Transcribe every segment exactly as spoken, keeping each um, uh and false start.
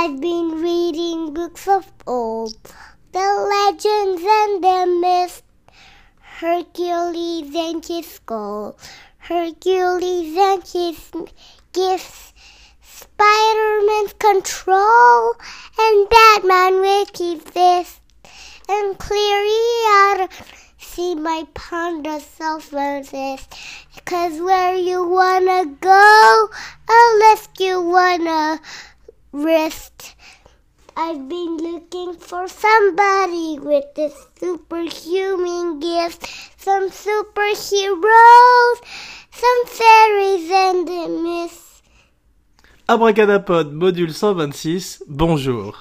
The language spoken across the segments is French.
I've been reading books of old, the legends and the myths, Hercules and his skull, Hercules and his gifts, Spider-Man's control, and Batman with his fist, and clearly see my panda self-resist, cause where you wanna go, unless you wanna wrist. I've been looking for somebody with the superhuman gifts, some superheroes, some fairies and the myths. Abracadapod, module cent vingt-six, bonjour.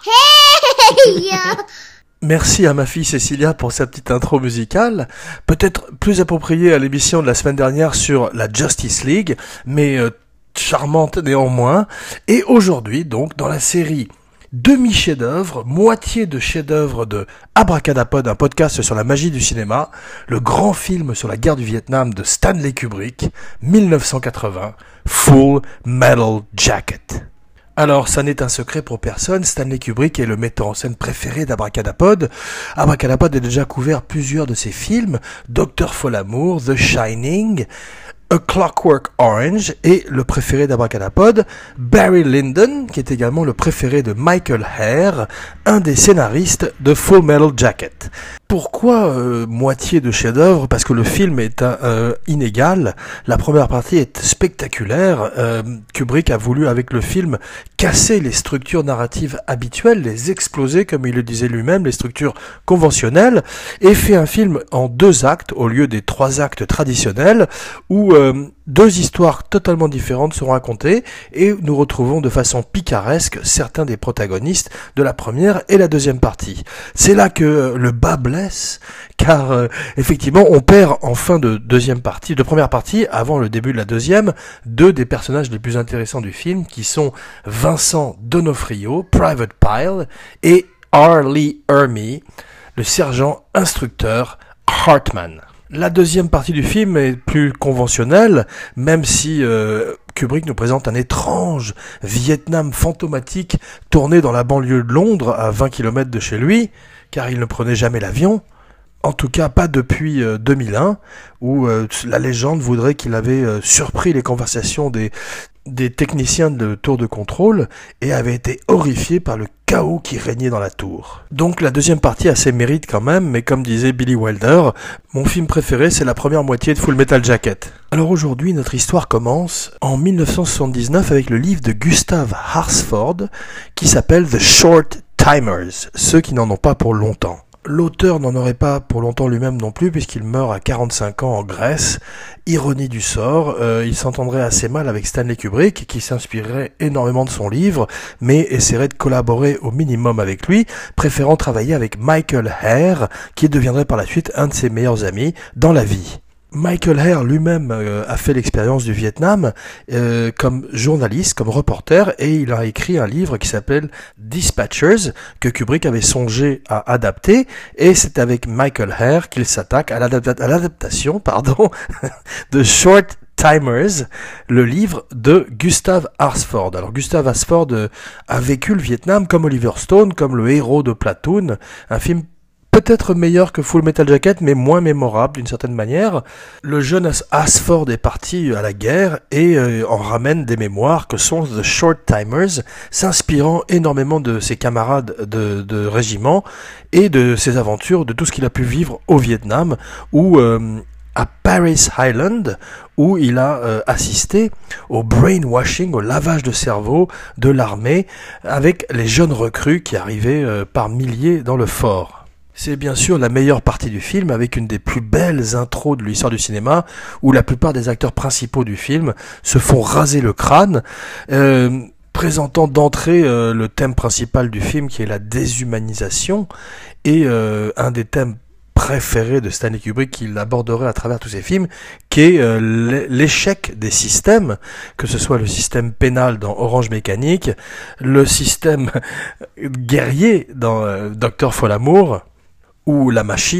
Hey yeah. Merci à ma fille Cécilia pour sa petite intro musicale, peut-être plus appropriée à l'émission de la semaine dernière sur la Justice League, mais euh, charmante néanmoins. Et aujourd'hui, donc, dans la série demi-chef-d'œuvre, moitié de chef-d'œuvre de Abracadapod, un podcast sur la magie du cinéma, le grand film sur la guerre du Vietnam de Stanley Kubrick, dix-neuf cent quatre-vingts, Full Metal Jacket. Alors, ça n'est un secret pour personne, Stanley Kubrick est le metteur en scène préféré d'Abracadapod. Abracadapod a déjà couvert plusieurs de ses films, Docteur Folamour, The Shining, A Clockwork Orange et le préféré d'Abracadapod, Barry Lyndon, qui est également le préféré de Michael Herr, un des scénaristes de Full Metal Jacket. Pourquoi euh, moitié de chef-d'œuvre? Parce que le film est euh, inégal. La première partie est spectaculaire. Euh, Kubrick a voulu, avec le film, casser les structures narratives habituelles, les exploser, comme il le disait lui-même, les structures conventionnelles, et fait un film en deux actes, au lieu des trois actes traditionnels, où euh, deux histoires totalement différentes sont racontées, et nous retrouvons de façon picaresque certains des protagonistes de la première et la deuxième partie. C'est là que le bas blesse, car euh, effectivement on perd en fin de deuxième partie, de première partie, avant le début de la deuxième, deux des personnages les plus intéressants du film, qui sont Vincent D'Onofrio, Private Pile, et R. Lee Ermey, le sergent instructeur Hartman. La deuxième partie du film est plus conventionnelle, même si euh, Kubrick nous présente un étrange Vietnam fantomatique tourné dans la banlieue de Londres, à vingt kilomètres de chez lui, car il ne prenait jamais l'avion. En tout cas, pas depuis euh, deux mille un, où euh, la légende voudrait qu'il avait euh, surpris les conversations des, des techniciens de tour de contrôle et avait été horrifié par le chaos qui régnait dans la tour. Donc la deuxième partie a ses mérites quand même, mais comme disait Billy Wilder, mon film préféré c'est la première moitié de Full Metal Jacket. Alors aujourd'hui, notre histoire commence en dix-neuf cent soixante-dix-neuf avec le livre de Gustav Harsford qui s'appelle The Short Timers, ceux qui n'en ont pas pour longtemps. L'auteur n'en aurait pas pour longtemps lui-même non plus, puisqu'il meurt à quarante-cinq ans en Grèce. Ironie du sort, euh, il s'entendrait assez mal avec Stanley Kubrick, qui s'inspirerait énormément de son livre, mais essaierait de collaborer au minimum avec lui, préférant travailler avec Michael Herr, qui deviendrait par la suite un de ses meilleurs amis dans la vie. Michael Herr lui-même euh, a fait l'expérience du Vietnam euh, comme journaliste, comme reporter, et il a écrit un livre qui s'appelle Dispatchers, que Kubrick avait songé à adapter, et c'est avec Michael Herr qu'il s'attaque à, l'adapta- à l'adaptation pardon, de Short Timers, le livre de Gustav Harsford. Alors Gustav Harsford euh, a vécu le Vietnam comme Oliver Stone, comme le héros de Platoon, un film peut-être meilleur que Full Metal Jacket, mais moins mémorable d'une certaine manière. Le jeune Harsford est parti à la guerre et euh, en ramène des mémoires que sont The Short Timers, s'inspirant énormément de ses camarades de, de régiment et de ses aventures, de tout ce qu'il a pu vivre au Vietnam, où euh, à Paris Island, où il a euh, assisté au brainwashing, au lavage de cerveau de l'armée, avec les jeunes recrues qui arrivaient euh, par milliers dans le fort. C'est bien sûr la meilleure partie du film, avec une des plus belles intros de l'histoire du cinéma, où la plupart des acteurs principaux du film se font raser le crâne, euh, présentant d'entrée euh, le thème principal du film, qui est la déshumanisation, et euh, un des thèmes préféré de Stanley Kubrick qu'il aborderait à travers tous ses films, qui est euh, l'échec des systèmes, que ce soit le système pénal dans Orange Mécanique, le système guerrier dans euh, Docteur Folamour, ou la machine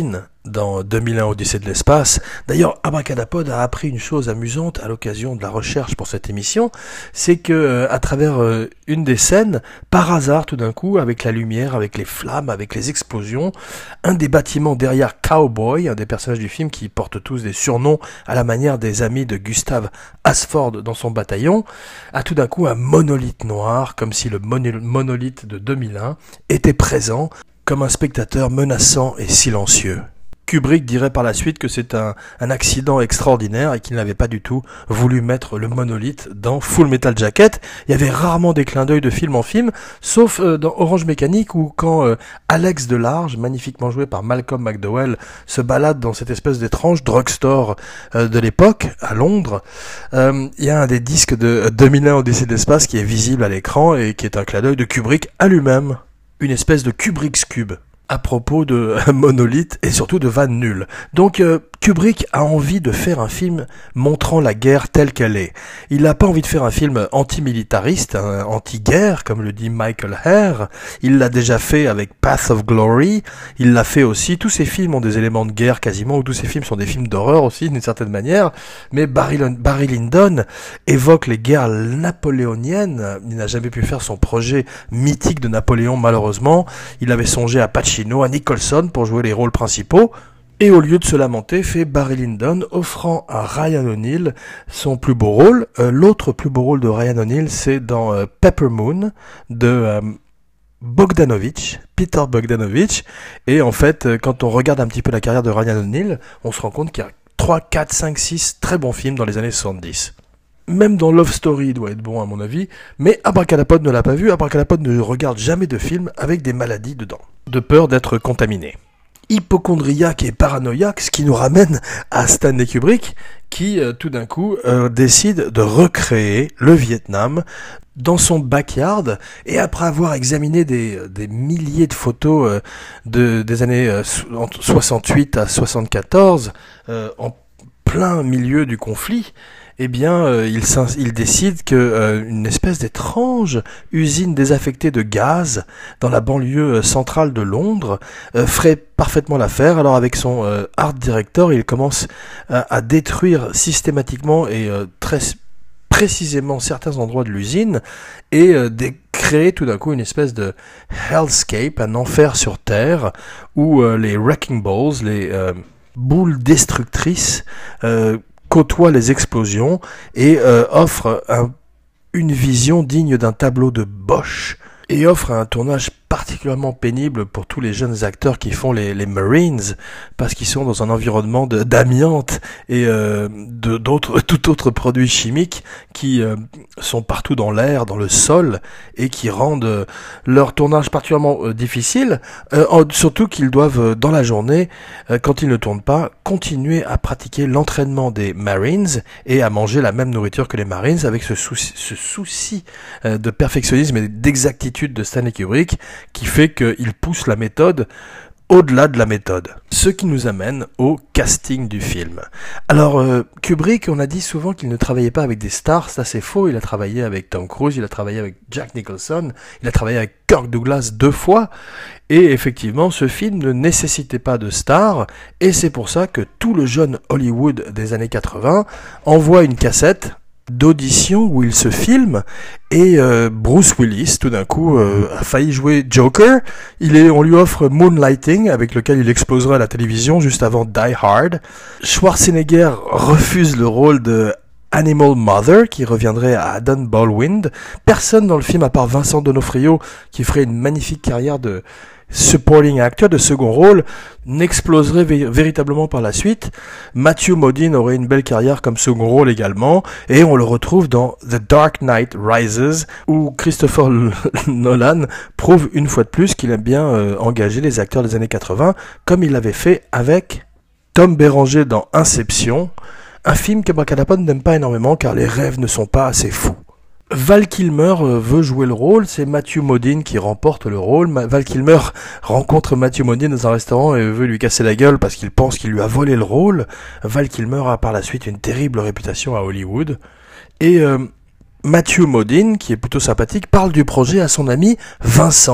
dans deux mille un Odyssée de l'espace. D'ailleurs, Abracadapod a appris une chose amusante à l'occasion de la recherche pour cette émission, c'est que euh, à travers euh, une des scènes, par hasard tout d'un coup, avec la lumière, avec les flammes, avec les explosions, un des bâtiments derrière Cowboy, un des personnages du film qui portent tous des surnoms à la manière des amis de Gustave Asford dans son bataillon, a tout d'un coup un monolithe noir, comme si le mono- monolithe de deux mille un était présent comme un spectateur menaçant et silencieux. Kubrick dirait par la suite que c'est un, un accident extraordinaire et qu'il n'avait pas du tout voulu mettre le monolithe dans Full Metal Jacket. Il y avait rarement des clins d'œil de film en film, sauf euh, dans Orange Mécanique où quand euh, Alex Delarge, magnifiquement joué par Malcolm McDowell, se balade dans cette espèce d'étrange drugstore euh, de l'époque à Londres, euh, il y a un des disques de deux mille un Odyssée de l'espace qui est visible à l'écran et qui est un clin d'œil de Kubrick à lui-même. Une espèce de Kubrick's Cube à propos de monolithes et surtout de vannes nulles. Donc euh, Kubrick a envie de faire un film montrant la guerre telle qu'elle est. Il n'a pas envie de faire un film antimilitariste, hein, anti-guerre, comme le dit Michael Herr. Il l'a déjà fait avec Path of Glory. Il l'a fait aussi. Tous ses films ont des éléments de guerre quasiment, ou tous ses films sont des films d'horreur aussi, d'une certaine manière. Mais Barry, Barry Lyndon évoque les guerres napoléoniennes. Il n'a jamais pu faire son projet mythique de Napoléon, malheureusement. Il avait songé à Pacino, à Nicholson pour jouer les rôles principaux. Et au lieu de se lamenter, fait Barry Lyndon, offrant à Ryan O'Neal son plus beau rôle. Euh, l'autre plus beau rôle de Ryan O'Neal, c'est dans euh, Pepper Moon de euh, Bogdanovich, Peter Bogdanovich. Et en fait, euh, quand on regarde un petit peu la carrière de Ryan O'Neal, on se rend compte qu'il y a trois, quatre, cinq, six très bons films dans les années soixante-dix. Même dans Love Story, il doit être bon à mon avis, mais Abracadapod ne l'a pas vu. Abracadapod ne regarde jamais de films avec des maladies dedans, de peur d'être contaminé. Hypochondriaque et paranoïaque, ce qui nous ramène à Stanley Kubrick, qui euh, tout d'un coup euh, décide de recréer le Vietnam dans son backyard, et après avoir examiné des, des milliers de photos euh, de, des années euh, soixante-huit à soixante-quatorze, euh, en plein milieu du conflit, eh bien, euh, il, il décide que euh, une espèce d'étrange usine désaffectée de gaz dans la banlieue euh, centrale de Londres euh, ferait parfaitement l'affaire. Alors, avec son euh, art director, il commence euh, à détruire systématiquement et euh, très précisément certains endroits de l'usine et euh, de créer tout d'un coup une espèce de hellscape, un enfer sur Terre, où euh, les wrecking balls, les euh, boules destructrices, euh, côtoie les explosions et euh, offre un, une vision digne d'un tableau de Bosch et offre un tournage particulièrement pénible pour tous les jeunes acteurs qui font les, les Marines, parce qu'ils sont dans un environnement de, d'amiante et euh, de d'autres tout autres produits chimiques qui euh, sont partout dans l'air, dans le sol, et qui rendent euh, leur tournage particulièrement euh, difficile, euh, en, surtout qu'ils doivent euh, dans la journée, euh, quand ils ne tournent pas, continuer à pratiquer l'entraînement des Marines et à manger la même nourriture que les Marines, avec ce souci, ce souci euh, de perfectionnisme et d'exactitude de Stanley Kubrick, qui fait qu'il pousse la méthode au-delà de la méthode. Ce qui nous amène au casting du film. Alors, euh, Kubrick, on a dit souvent qu'il ne travaillait pas avec des stars, ça c'est faux. Il a travaillé avec Tom Cruise, il a travaillé avec Jack Nicholson, il a travaillé avec Kirk Douglas deux fois, et effectivement, ce film ne nécessitait pas de stars, et c'est pour ça que tout le jeune Hollywood des années quatre-vingts envoie une cassette d'audition où il se filme, et euh, Bruce Willis tout d'un coup euh, a failli jouer Joker. Il est, on lui offre Moonlighting, avec lequel il explosera à la télévision juste avant Die Hard. Schwarzenegger refuse le rôle de Animal Mother, qui reviendrait à Adam Baldwin. Personne dans le film, à part Vincent D'Onofrio, qui ferait une magnifique carrière de supporting actor, de second rôle, n'exploserait vé- véritablement par la suite. Matthew Modine aurait une belle carrière comme second rôle également, et on le retrouve dans The Dark Knight Rises, où Christopher Nolan prouve une fois de plus qu'il aime bien euh, engager les acteurs des années quatre-vingts, comme il l'avait fait avec Tom Berenger dans Inception, un film qu'Abracadapod n'aime pas énormément car les rêves ne sont pas assez fous. Val Kilmer veut jouer le rôle, c'est Matthew Modine qui remporte le rôle. Val Kilmer rencontre Matthew Modine dans un restaurant et veut lui casser la gueule parce qu'il pense qu'il lui a volé le rôle. Val Kilmer a par la suite une terrible réputation à Hollywood. Et euh, Matthew Modine, qui est plutôt sympathique, parle du projet à son ami Vincent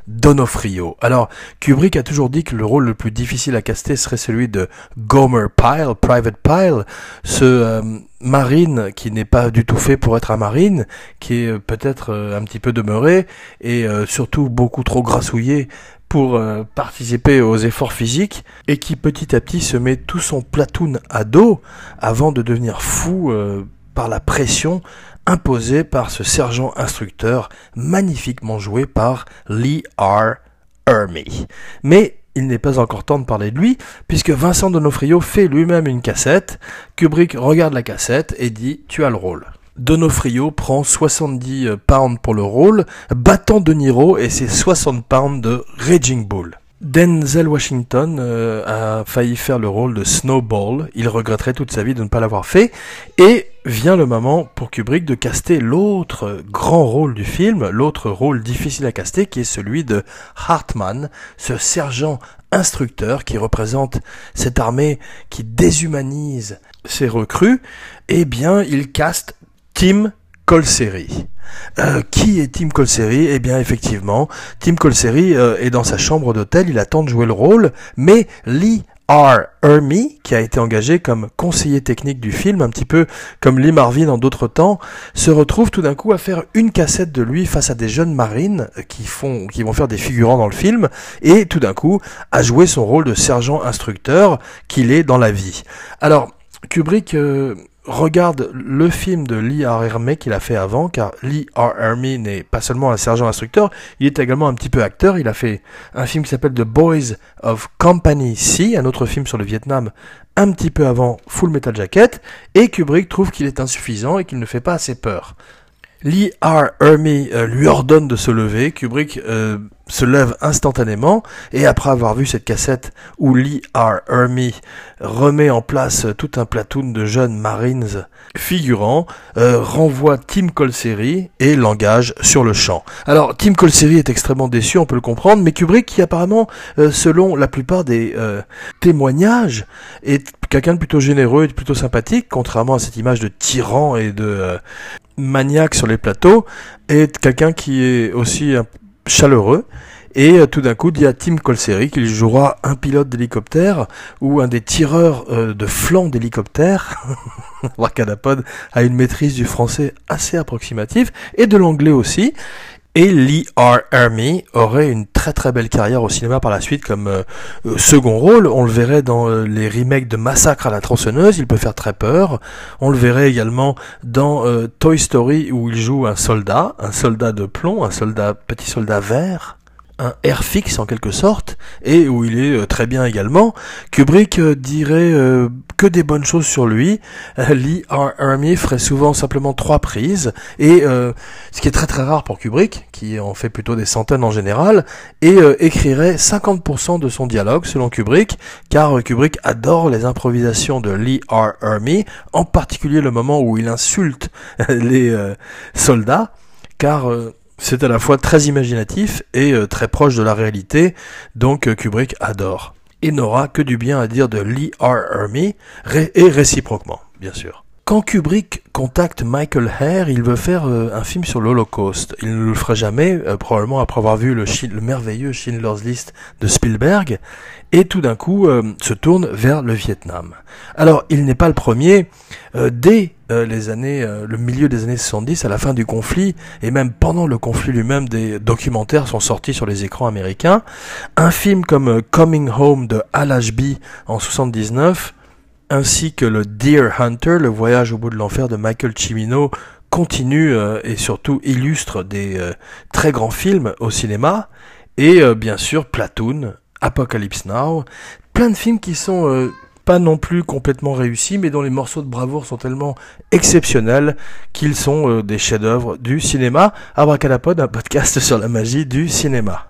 D'Onofrio. Alors, Kubrick a toujours dit que le rôle le plus difficile à caster serait celui de Gomer Pyle, Private Pyle, ce euh, marine qui n'est pas du tout fait pour être un marine, qui est euh, peut-être euh, un petit peu demeuré et euh, surtout beaucoup trop grassouillé pour euh, participer aux efforts physiques et qui petit à petit se met tout son platoon à dos avant de devenir fou euh, par la pression imposée par ce sergent instructeur magnifiquement joué par Lee R. Ermey. Mais il n'est pas encore temps de parler de lui, puisque Vincent D'Onofrio fait lui-même une cassette. Kubrick regarde la cassette et dit « Tu as le rôle ». D'Onofrio prend soixante-dix pounds pour le rôle, battant De Niro et ses soixante pounds de Raging Bull. Denzel Washington euh, a failli faire le rôle de Snowball, il regretterait toute sa vie de ne pas l'avoir fait, et vient le moment pour Kubrick de caster l'autre grand rôle du film, l'autre rôle difficile à caster, qui est celui de Hartman, ce sergent instructeur qui représente cette armée qui déshumanise ses recrues. Eh bien, il caste Tim Colseri. Euh, qui est Tim Colseri ? Eh bien, effectivement, Tim Colseri euh, est dans sa chambre d'hôtel, il attend de jouer le rôle, mais Lee R. Ermey, qui a été engagé comme conseiller technique du film, un petit peu comme Lee Marvin en d'autres temps, se retrouve tout d'un coup à faire une cassette de lui face à des jeunes marines qui font, qui vont faire des figurants dans le film, et tout d'un coup à jouer son rôle de sergent instructeur qu'il est dans la vie. Alors, Kubrick euh, regarde le film de Lee R. Ermey qu'il a fait avant, car Lee R. Ermey n'est pas seulement un sergent instructeur, il est également un petit peu acteur. Il a fait un film qui s'appelle The Boys of Company C, un autre film sur le Vietnam, un petit peu avant Full Metal Jacket, et Kubrick trouve qu'il est insuffisant et qu'il ne fait pas assez peur. Lee R. Ermey euh, lui ordonne de se lever, Kubrick euh, se lève instantanément, et après avoir vu cette cassette où Lee R. Ermey remet en place tout un platoon de jeunes Marines figurants, euh, renvoie Tim Colseri et l'engage sur le champ. Alors Tim Colseri est extrêmement déçu, on peut le comprendre, mais Kubrick, qui apparemment, euh, selon la plupart des euh, témoignages, est quelqu'un de plutôt généreux et de plutôt sympathique, contrairement à cette image de tyran et de euh, maniaque sur les plateaux, est quelqu'un qui est aussi un chaleureux, et euh, tout d'un coup dit à Tim Colseri qu'il jouera un pilote d'hélicoptère ou un des tireurs euh, de flanc d'hélicoptère. Warcanapod a une maîtrise du français assez approximative et de l'anglais aussi. Et Lee R. Ermey aurait une très très belle carrière au cinéma par la suite comme euh, euh, second rôle. On le verrait dans euh, les remakes de Massacre à la tronçonneuse, il peut faire très peur. On le verrait également dans euh, Toy Story où il joue un soldat, un soldat de plomb, un soldat petit soldat vert, un air fixe en quelque sorte, et où il est euh, très bien également. Kubrick euh, dirait euh, que des bonnes choses sur lui. Euh, Lee R. Ermey ferait souvent simplement trois prises, et euh, ce qui est très très rare pour Kubrick, qui en fait plutôt des centaines en général, et euh, écrirait cinquante pour cent de son dialogue selon Kubrick, car euh, Kubrick adore les improvisations de Lee R. Ermey, en particulier le moment où il insulte les euh, soldats, car euh, c'est à la fois très imaginatif et euh, très proche de la réalité, donc euh, Kubrick adore. Et n'aura que du bien à dire de Lee R. Ermey, ré- et réciproquement, bien sûr. Quand Kubrick contacte Michael Herr, il veut faire euh, un film sur l'Holocauste. Il ne le fera jamais, euh, probablement après avoir vu le, Sch- le merveilleux Schindler's List de Spielberg, et tout d'un coup euh, se tourne vers le Vietnam. Alors, il n'est pas le premier. Euh, dès euh, les années, euh, le milieu des années soixante-dix, à la fin du conflit, et même pendant le conflit lui-même, des documentaires sont sortis sur les écrans américains. Un film comme euh, Coming Home de Al Ashby en soixante-dix-neuf, ainsi que le Deer Hunter, le voyage au bout de l'enfer de Michael Cimino, continue euh, et surtout illustre des euh, très grands films au cinéma, et euh, bien sûr Platoon, Apocalypse Now, plein de films qui sont euh, pas non plus complètement réussis, mais dont les morceaux de bravoure sont tellement exceptionnels qu'ils sont euh, des chefs-d'œuvre du cinéma. Abracadapod, un podcast sur la magie du cinéma.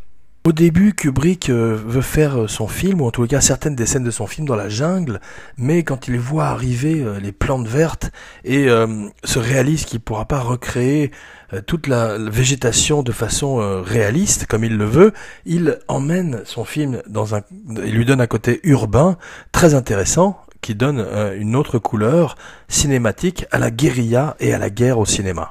Au début, Kubrick euh, veut faire son film, ou en tout cas certaines des scènes de son film dans la jungle, mais quand il voit arriver euh, les plantes vertes et euh, se réalise qu'il ne pourra pas recréer euh, toute la, la végétation de façon euh, réaliste, comme il le veut, il emmène son film dans un, il lui donne un côté urbain très intéressant, qui donne euh, une autre couleur cinématique à la guérilla et à la guerre au cinéma.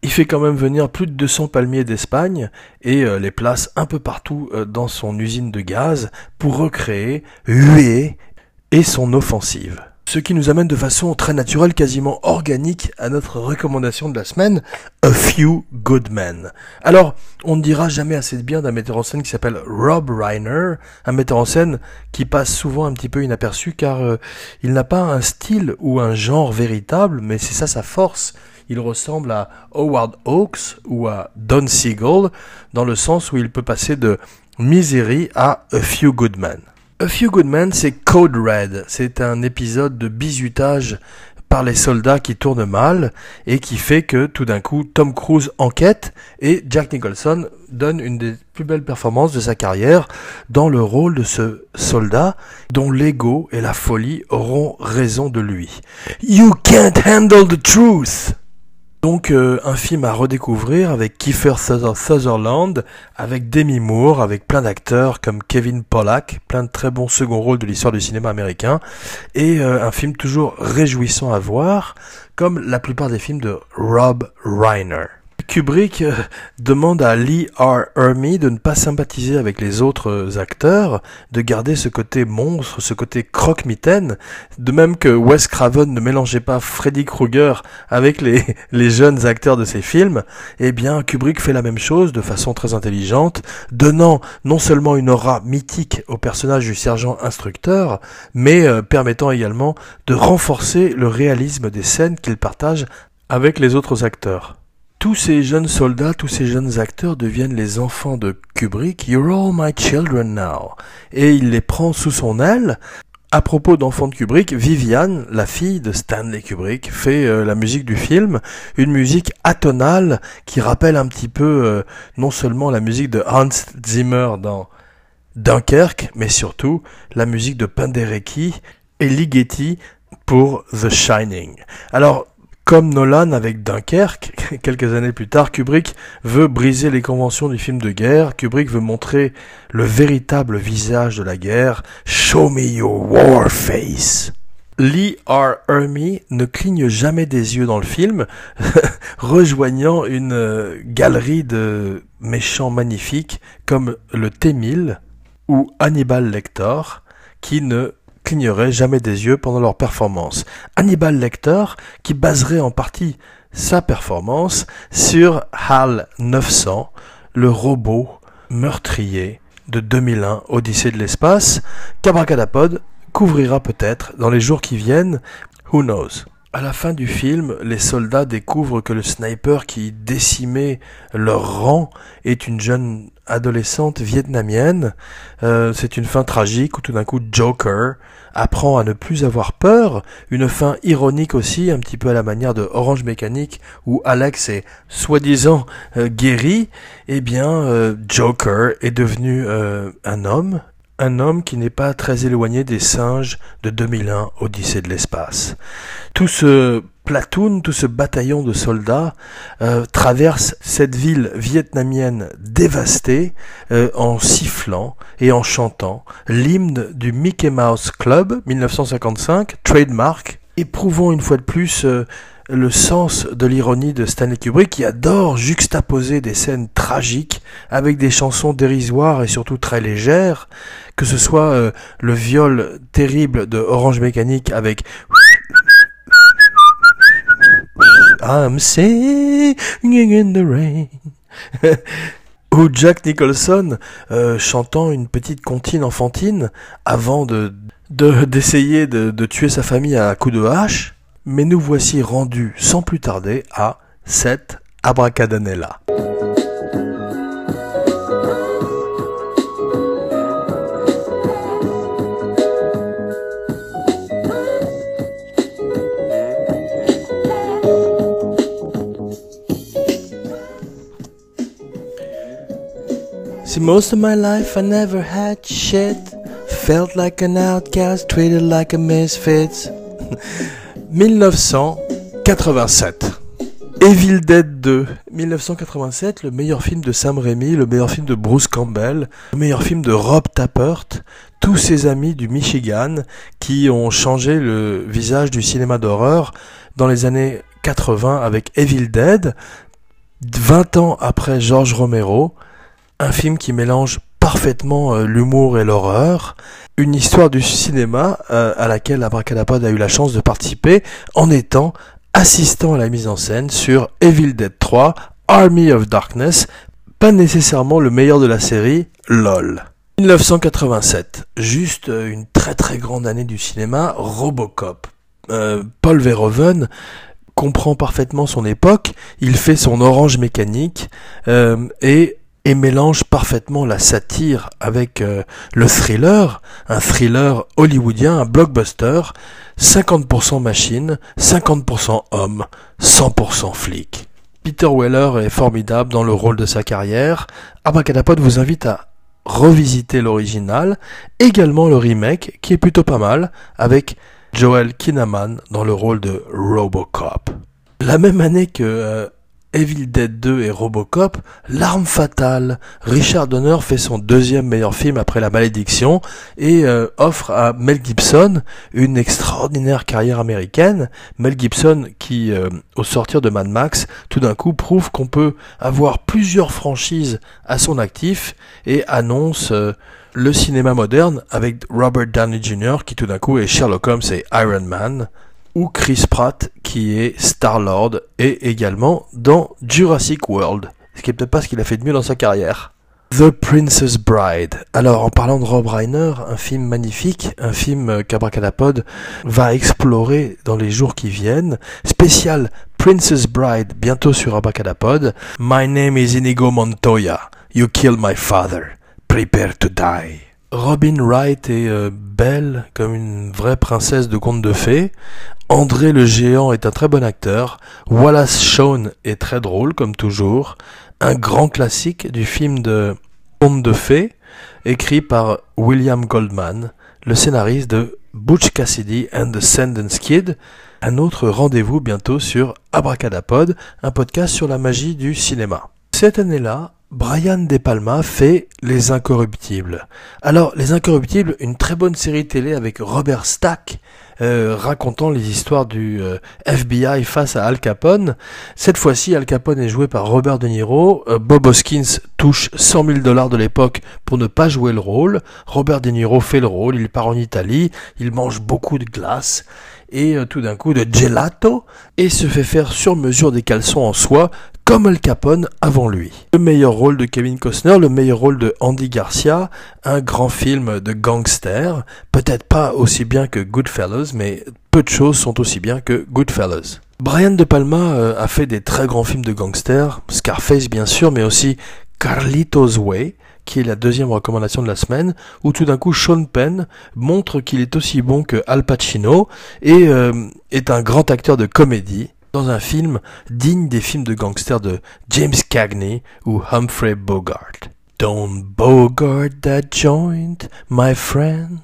Il fait quand même venir plus de deux cents palmiers d'Espagne et euh, les place un peu partout euh, dans son usine de gaz pour recréer Huey et son offensive. Ce qui nous amène de façon très naturelle, quasiment organique, à notre recommandation de la semaine, A Few Good Men. Alors, on ne dira jamais assez de bien d'un metteur en scène qui s'appelle Rob Reiner, un metteur en scène qui passe souvent un petit peu inaperçu car euh, il n'a pas un style ou un genre véritable, mais c'est ça sa force. Il ressemble à Howard Hawks ou à Don Siegel, dans le sens où il peut passer de Misery à A Few Good Men. A Few Good Men, c'est Code Red. C'est un épisode de bizutage par les soldats qui tournent mal et qui fait que tout d'un coup Tom Cruise enquête et Jack Nicholson donne une des plus belles performances de sa carrière dans le rôle de ce soldat dont l'ego et la folie auront raison de lui. You can't handle the truth! Donc euh, un film à redécouvrir avec Kiefer Sutherland, avec Demi Moore, avec plein d'acteurs comme Kevin Pollak, plein de très bons second rôles de l'histoire du cinéma américain, et euh, un film toujours réjouissant à voir, comme la plupart des films de Rob Reiner. Kubrick euh, demande à Lee R. Ermey de ne pas sympathiser avec les autres euh, acteurs, de garder ce côté monstre, ce côté croque-mitaine, de même que Wes Craven ne mélangeait pas Freddy Krueger avec les, les jeunes acteurs de ses films. Eh bien, Kubrick fait la même chose de façon très intelligente, donnant non seulement une aura mythique au personnage du sergent instructeur, mais euh, permettant également de renforcer le réalisme des scènes qu'il partage avec les autres acteurs. Tous ces jeunes soldats, tous ces jeunes acteurs deviennent les enfants de Kubrick. You're all my children now. Et il les prend sous son aile. À propos d'enfants de Kubrick, Vivian, la fille de Stanley Kubrick, fait euh, la musique du film. Une musique atonale qui rappelle un petit peu euh, non seulement la musique de Hans Zimmer dans Dunkerque, mais surtout la musique de Penderecki et Ligeti pour The Shining. Alors, comme Nolan avec Dunkerque, quelques années plus tard, Kubrick veut briser les conventions du film de guerre. Kubrick veut montrer le véritable visage de la guerre. Show me your war face. Lee R. Ermey ne cligne jamais des yeux dans le film, rejoignant une galerie de méchants magnifiques comme le T mille ou Hannibal Lecter, qui ne clignerait jamais des yeux pendant leur performance. Hannibal Lecter, qui baserait en partie sa performance sur HAL neuf cents, le robot meurtrier de deux mille un, Odyssée de l'espace, qu'Abracadapod couvrira peut-être dans les jours qui viennent, who knows. À la fin du film, les soldats découvrent que le sniper qui décimait leur rang est une jeune adolescente vietnamienne. Euh, c'est une fin tragique où tout d'un coup Joker apprend à ne plus avoir peur. Une fin ironique aussi, un petit peu à la manière de Orange Mécanique où Alex est soi-disant euh, guéri. Eh bien, euh, Joker est devenu euh, un homme. Un homme qui n'est pas très éloigné des singes de deux mille un, Odyssée de l'espace. Tout ce platoon, tout ce bataillon de soldats euh, traverse cette ville vietnamienne dévastée euh, en sifflant et en chantant l'hymne du Mickey Mouse Club mille neuf cent cinquante-cinq, trademark, éprouvant une fois de plus euh, le sens de l'ironie de Stanley Kubrick qui adore juxtaposer des scènes tragiques avec des chansons dérisoires et surtout très légères, que ce soit euh, le viol terrible de Orange Mécanique avec I'm singing in the rain ou Jack Nicholson euh, chantant une petite comptine enfantine avant de, de d'essayer de, de tuer sa famille à coups de hache. Mais nous voici rendus sans plus tarder à cette Abracadanella. See, most of my life I never had shit. Felt like an outcast, treated like a misfit. dix-neuf cent quatre-vingt-sept. Evil Dead deux, dix-neuf cent quatre-vingt-sept, le meilleur film de Sam Raimi, le meilleur film de Bruce Campbell, le meilleur film de Rob Tappert, tous ses amis du Michigan qui ont changé le visage du cinéma d'horreur dans les années quatre-vingts avec Evil Dead. vingt ans après George Romero, un film qui mélange parfaitement euh, l'humour et l'horreur, une histoire du cinéma euh, à laquelle Abracadapod a eu la chance de participer en étant assistant à la mise en scène sur Evil Dead trois, Army of Darkness, pas nécessairement le meilleur de la série, lol. dix-neuf cent quatre-vingt-sept, juste une très très grande année du cinéma, Robocop. Euh, Paul Verhoeven comprend parfaitement son époque, il fait son Orange Mécanique euh, et, et mélange parfaitement la satire avec euh, le thriller, un thriller hollywoodien, un blockbuster, cinquante pour cent machine, cinquante pour cent homme, cent pour cent flic. Peter Weller est formidable dans le rôle de sa carrière. Abracadapod vous invite à revisiter l'original, également le remake qui est plutôt pas mal, avec Joel Kinnaman dans le rôle de Robocop. La même année que euh, Evil Dead deux et Robocop, L'Arme Fatale, Richard Donner fait son deuxième meilleur film après La Malédiction et euh, offre à Mel Gibson une extraordinaire carrière américaine. Mel Gibson qui, euh, au sortir de Mad Max, tout d'un coup prouve qu'on peut avoir plusieurs franchises à son actif et annonce euh, le cinéma moderne avec Robert Downey junior qui tout d'un coup est Sherlock Holmes et Iron Man, ou Chris Pratt qui est Star-Lord et également dans Jurassic World, ce qui est peut-être pas ce qu'il a fait de mieux dans sa carrière. The Princess Bride. Alors en parlant de Rob Reiner, un film magnifique, un film qu'Abracadapod va explorer dans les jours qui viennent, spécial Princess Bride bientôt sur Abracadapod. My name is Inigo Montoya, you killed my father, prepare to die. Robin Wright est euh, belle comme une vraie princesse de conte de fées. André le géant est un très bon acteur. Wallace Shawn est très drôle comme toujours. Un grand classique du film de conte de fées écrit par William Goldman, le scénariste de Butch Cassidy and the Sundance Kid. Un autre rendez-vous bientôt sur Abracadapod, un podcast sur la magie du cinéma. Cette année-là, Brian De Palma fait Les Incorruptibles. Alors, Les Incorruptibles, une très bonne série télé avec Robert Stack, euh, racontant les histoires du euh, F B I face à Al Capone. Cette fois-ci, Al Capone est joué par Robert De Niro. Euh, Bob Hoskins touche cent mille dollars de l'époque pour ne pas jouer le rôle. Robert De Niro fait le rôle, il part en Italie, il mange beaucoup de glace et euh, tout d'un coup de gelato et se fait faire sur mesure des caleçons en soie comme Al Capone avant lui. Le meilleur rôle de Kevin Costner, le meilleur rôle de Andy Garcia, un grand film de gangster, peut-être pas aussi bien que Goodfellas, mais peu de choses sont aussi bien que Goodfellas. Brian De Palma euh, a fait des très grands films de gangsters, Scarface bien sûr, mais aussi Carlito's Way, qui est la deuxième recommandation de la semaine, où tout d'un coup Sean Penn montre qu'il est aussi bon que Al Pacino et euh, est un grand acteur de comédie dans un film digne des films de gangsters de James Cagney ou Humphrey Bogart. Don't bogart that joint, my friend.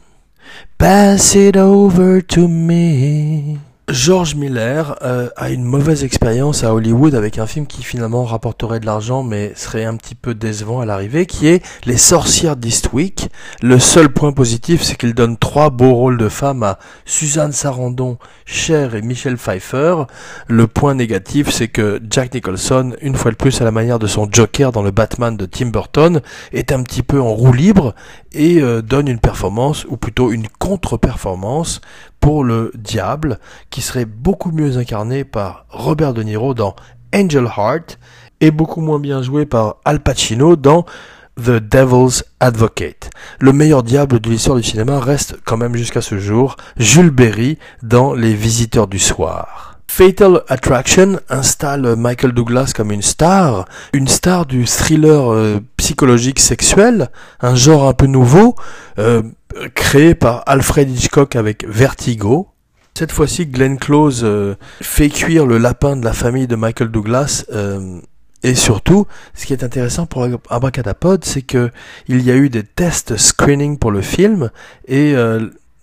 Pass it over to me. George Miller euh, a une mauvaise expérience à Hollywood avec un film qui finalement rapporterait de l'argent mais serait un petit peu décevant à l'arrivée, qui est Les Sorcières d'Eastwick. Le seul point positif, c'est qu'il donne trois beaux rôles de femmes à Suzanne Sarandon, Cher et Michelle Pfeiffer. Le point négatif, c'est que Jack Nicholson, une fois de plus à la manière de son Joker dans le Batman de Tim Burton, est un petit peu en roue libre et euh, donne une performance, ou plutôt une contre-performance, pour le diable, qui serait beaucoup mieux incarné par Robert De Niro dans Angel Heart et beaucoup moins bien joué par Al Pacino dans The Devil's Advocate. Le meilleur diable de l'histoire du cinéma reste quand même jusqu'à ce jour Jules Berry dans Les Visiteurs du Soir. Fatal Attraction installe Michael Douglas comme une star, une star du thriller euh, psychologique sexuel, un genre un peu nouveau, euh, créé par Alfred Hitchcock avec Vertigo. Cette fois-ci, Glenn Close euh, fait cuire le lapin de la famille de Michael Douglas. Euh, et surtout, ce qui est intéressant pour Abracadapod, c'est que il y a eu des tests screening pour le film et euh,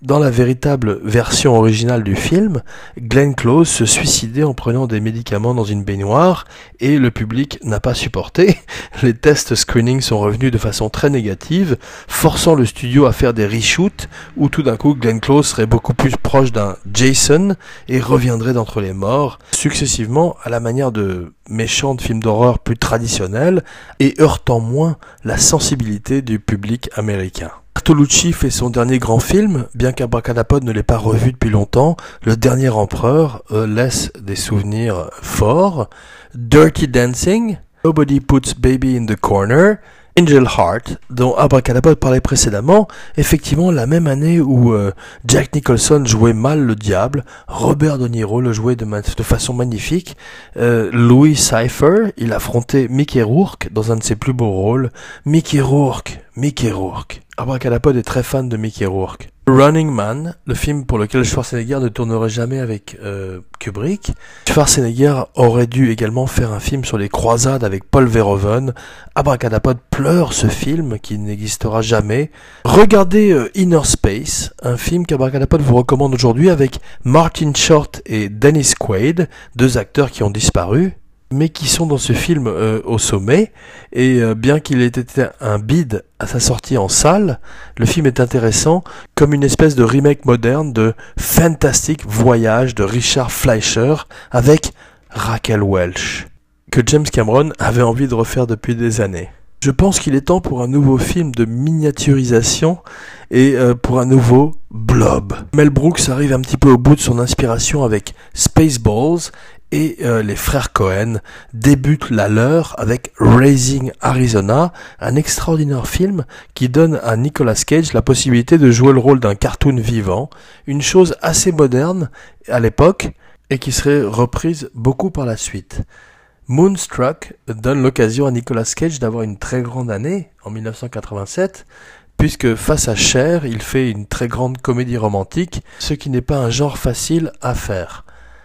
Dans la véritable version originale du film, Glenn Close se suicidait en prenant des médicaments dans une baignoire et le public n'a pas supporté. Les tests screening sont revenus de façon très négative, forçant le studio à faire des reshoots où tout d'un coup Glenn Close serait beaucoup plus proche d'un Jason et reviendrait d'entre les morts, successivement à la manière de méchants de films d'horreur plus traditionnels et heurtant moins la sensibilité du public américain. Bertolucci fait son dernier grand film, bien qu'Abracadapod ne l'ait pas revu depuis longtemps. Le Dernier Empereur euh, laisse des souvenirs forts. Dirty Dancing, Nobody Puts Baby in the Corner, Angel Heart, dont Abracadapod parlait précédemment, effectivement la même année où euh, Jack Nicholson jouait mal le diable, Robert De Niro le jouait de, ma- de façon magnifique, euh, Louis Cypher, il affrontait Mickey Rourke dans un de ses plus beaux rôles, Mickey Rourke, Mickey Rourke. Abracadapod est très fan de Mickey Rourke. Running Man, le film pour lequel Schwarzenegger ne tournerait jamais avec euh, Kubrick. Schwarzenegger aurait dû également faire un film sur les croisades avec Paul Verhoeven. Abracadapod pleure ce film qui n'existera jamais. Regardez euh, Inner Space, un film qu'Abracadapod vous recommande aujourd'hui avec Martin Short et Dennis Quaid, deux acteurs qui ont disparu, mais qui sont dans ce film euh, au sommet, et euh, bien qu'il ait été un bide à sa sortie en salle, le film est intéressant comme une espèce de remake moderne de Fantastic Voyage de Richard Fleischer avec Raquel Welch, que James Cameron avait envie de refaire depuis des années. Je pense qu'il est temps pour un nouveau film de miniaturisation et euh, pour un nouveau Blob. Mel Brooks arrive un petit peu au bout de son inspiration avec Spaceballs, et euh, les frères Cohen débutent la leur avec Raising Arizona, un extraordinaire film qui donne à Nicolas Cage la possibilité de jouer le rôle d'un cartoon vivant, une chose assez moderne à l'époque et qui serait reprise beaucoup par la suite. Moonstruck donne l'occasion à Nicolas Cage d'avoir une très grande année en dix-neuf cent quatre-vingt-sept, puisque face à Cher, il fait une très grande comédie romantique, ce qui n'est pas un genre facile à faire.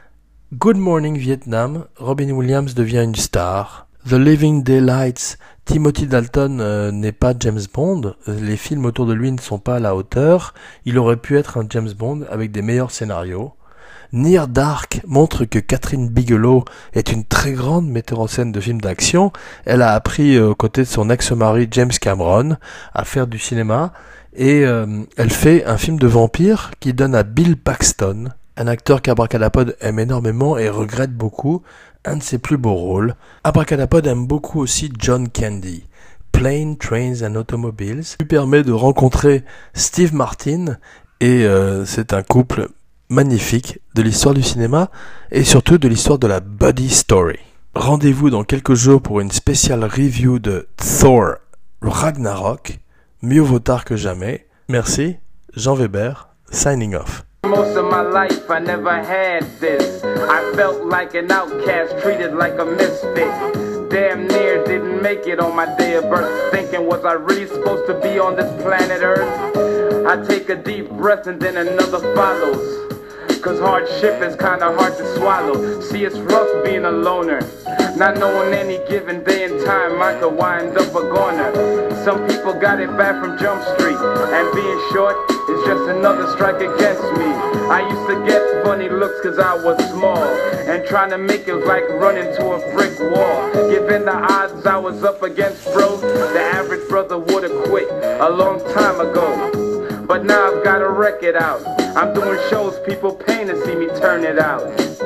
Good Morning Vietnam, Robin Williams devient une star. The Living Daylights, Timothy Dalton euh, n'est pas James Bond, les films autour de lui ne sont pas à la hauteur, il aurait pu être un James Bond avec des meilleurs scénarios. Near Dark montre que Catherine Bigelow est une très grande metteur en scène de films d'action. Elle a appris aux côtés de son ex-mari James Cameron à faire du cinéma et euh, elle fait un film de vampire qui donne à Bill Paxton, un acteur qu'Abracadapod aime énormément et regrette beaucoup, un de ses plus beaux rôles. Abracadapod aime beaucoup aussi John Candy. Plane, Trains and Automobiles lui permet de rencontrer Steve Martin et euh, c'est un couple magnifique de l'histoire du cinéma et surtout de l'histoire de la Buddy Story. Rendez-vous dans quelques jours pour une spéciale review de Thor Ragnarok. Mieux vaut tard que jamais. Merci, Jean Weber, signing off. Most of my life I never had this. I felt like an outcast, treated like a misfit. Damn near didn't make it on my day of birth. Thinking, was I really supposed to be on this planet Earth? I take a deep breath and then another follows. Cause hardship is kinda hard to swallow. See, it's rough being a loner, not knowing any given day and time I could wind up a goner. Some people got it bad from Jump Street, and being short is just another strike against me. I used to get funny looks cause I was small, and trying to make it was like running to a brick wall. Given the odds I was up against, bro, the average brother would've quit a long time ago. But now I've got a record out. I'm doing shows, people paying to see me turn it out.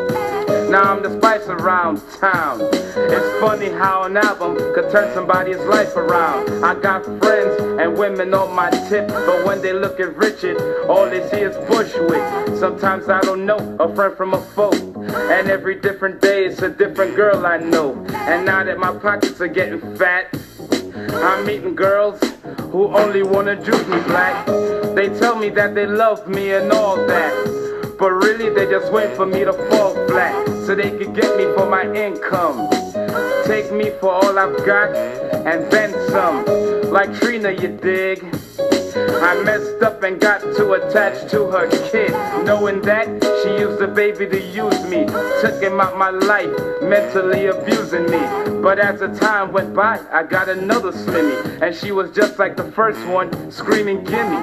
Now I'm the spice around town. It's funny how an album could turn somebody's life around. I got friends and women on my tip, but when they look at Richard, all they see is Bushwick. Sometimes I don't know a friend from a foe, and every different day it's a different girl I know. And now that my pockets are getting fat, I'm meeting girls who only wanna juice me black. They tell me that they love me and all that, but really they just wait for me to fall flat, so they could get me for my income. Take me for all I've got, and then some, like Trina, you dig. I messed up and got too attached to her kid, knowing that she used the baby to use me. Took him out my life, mentally abusing me. But as the time went by, I got another Slimmy, and she was just like the first one, screaming gimme.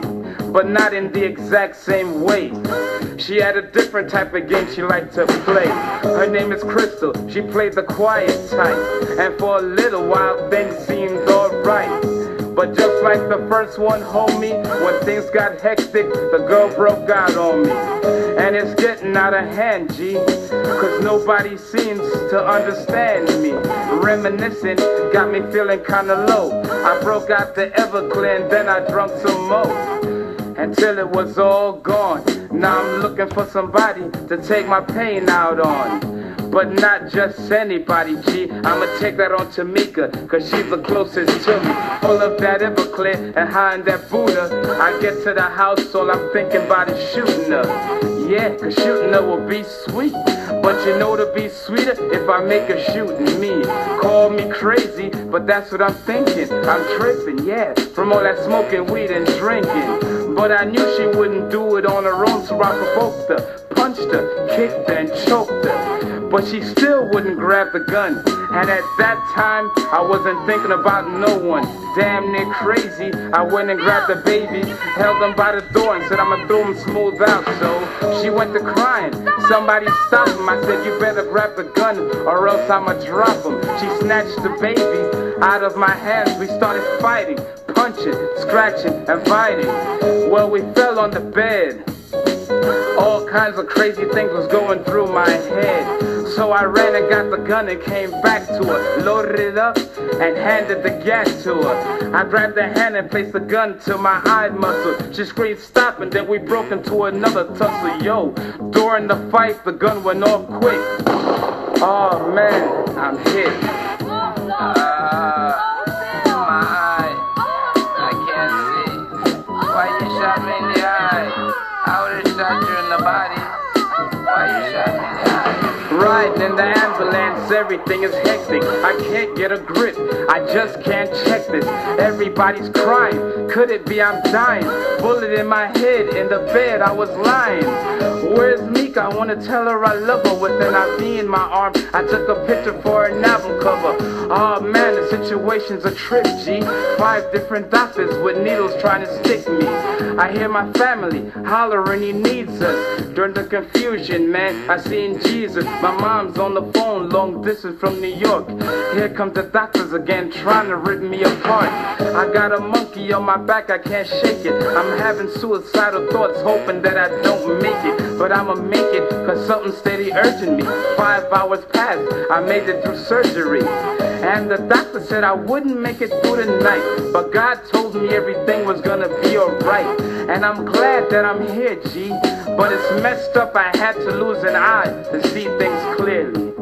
but not in the exact same way. She had a different type of game she liked to play. Her name is Crystal, she played the quiet type, and for a little while things seemed alright. But just like the first one, homie, when things got hectic, the girl broke out on me. And it's getting out of hand, G, cause nobody seems to understand me. Reminiscing got me feeling kinda low. I broke out the Everclear and then I drunk some more, until it was all gone. Now I'm looking for somebody to take my pain out on. But not just anybody, G. I'ma take that on Tamika, cause she's the closest to me. Full of that Everclear and high in that Buddha. I get to the house, all I'm thinking about is shooting her. Yeah, cause shooting her will be sweet. But you know to be sweeter if I make her shooting me. Call me crazy, but that's what I'm thinking. I'm tripping, yeah, from all that smoking weed and drinking. But I knew she wouldn't do it on her own, so I provoked her, punched her, kicked her, and choked her. But she still wouldn't grab the gun. And at that time, I wasn't thinking about no one. Damn near crazy, I went and grabbed the baby, held him by the door and said I'ma throw him smooth out. So she went to crying, somebody stop him. I said you better grab the gun or else I'ma drop him. She snatched the baby out of my hands, we started fighting, punching, scratching, and biting. Well, we fell on the bed. All kinds of crazy things was going through my head. So I ran and got the gun and came back to her, loaded it up and handed the gas to her. I grabbed her hand and placed the gun to my eye muscle. She screamed stop and then we broke into another tussle. Yo, during the fight the gun went off quick. Oh man, I'm hit. Uh, my eye, I can't see. Why you shot me in the eye? I would've shot you in the body. Why you shot me in the eye? Riding in the ambulance, everything is hectic. I can't get a grip, I just can't check this. Everybody's crying, could it be I'm dying? Bullet in my head, in the bed I was lying. Where's Mika? I wanna tell her I love her. With an I V in my arm, I took a picture for an album cover. Oh man, the situation's a trip, G. Five different doctors with needles trying to stick me. I hear my family hollering he needs us. During the confusion, man, I seen Jesus. My mom's on the phone, long distance from New York. Here comes the doctors again, trying to rip me apart. I got a monkey on my back, I can't shake it. I'm having suicidal thoughts, hoping that I don't make it. But I'ma make it, cause something steady urging me. Five hours passed, I made it through surgery. And the doctor said I wouldn't make it through the night. But God told me everything was gonna be alright. And I'm glad that I'm here, G. But it's messed up, I had to lose an eye to see things clearly.